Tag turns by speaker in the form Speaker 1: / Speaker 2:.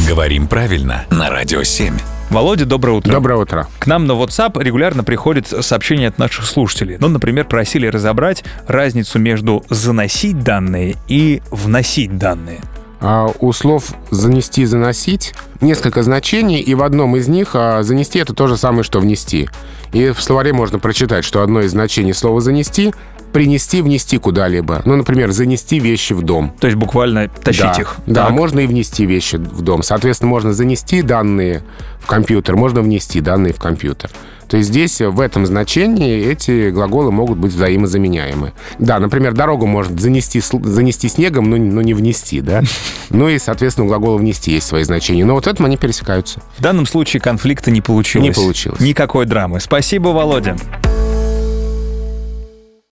Speaker 1: Говорим правильно на Радио 7.
Speaker 2: Володя, доброе утро.
Speaker 3: Доброе утро.
Speaker 2: К нам на WhatsApp регулярно приходят сообщения от наших слушателей. Ну, например, просили разобрать разницу между «заносить данные» и «вносить данные».
Speaker 3: У слов «занести», «заносить» несколько значений, и в одном из них «занести» — это то же самое, что «внести». И в словаре можно прочитать, что одно из значений слова «занести» — принести, внести куда-либо. Ну, например, занести вещи в дом.
Speaker 2: То есть буквально тащить их.
Speaker 3: Да,
Speaker 2: Так.
Speaker 3: можно и внести вещи в дом. Соответственно, можно занести данные в компьютер, можно внести данные в компьютер. То есть здесь, в этом значении, эти глаголы могут быть взаимозаменяемы. Да, например, дорогу можно занести снегом, но не внести, да? Ну и, соответственно, у глагола «внести» есть свои значения. Но вот в этом они пересекаются.
Speaker 2: В данном случае конфликта не получилось.
Speaker 3: Не получилось.
Speaker 2: Никакой драмы. Спасибо, Володя.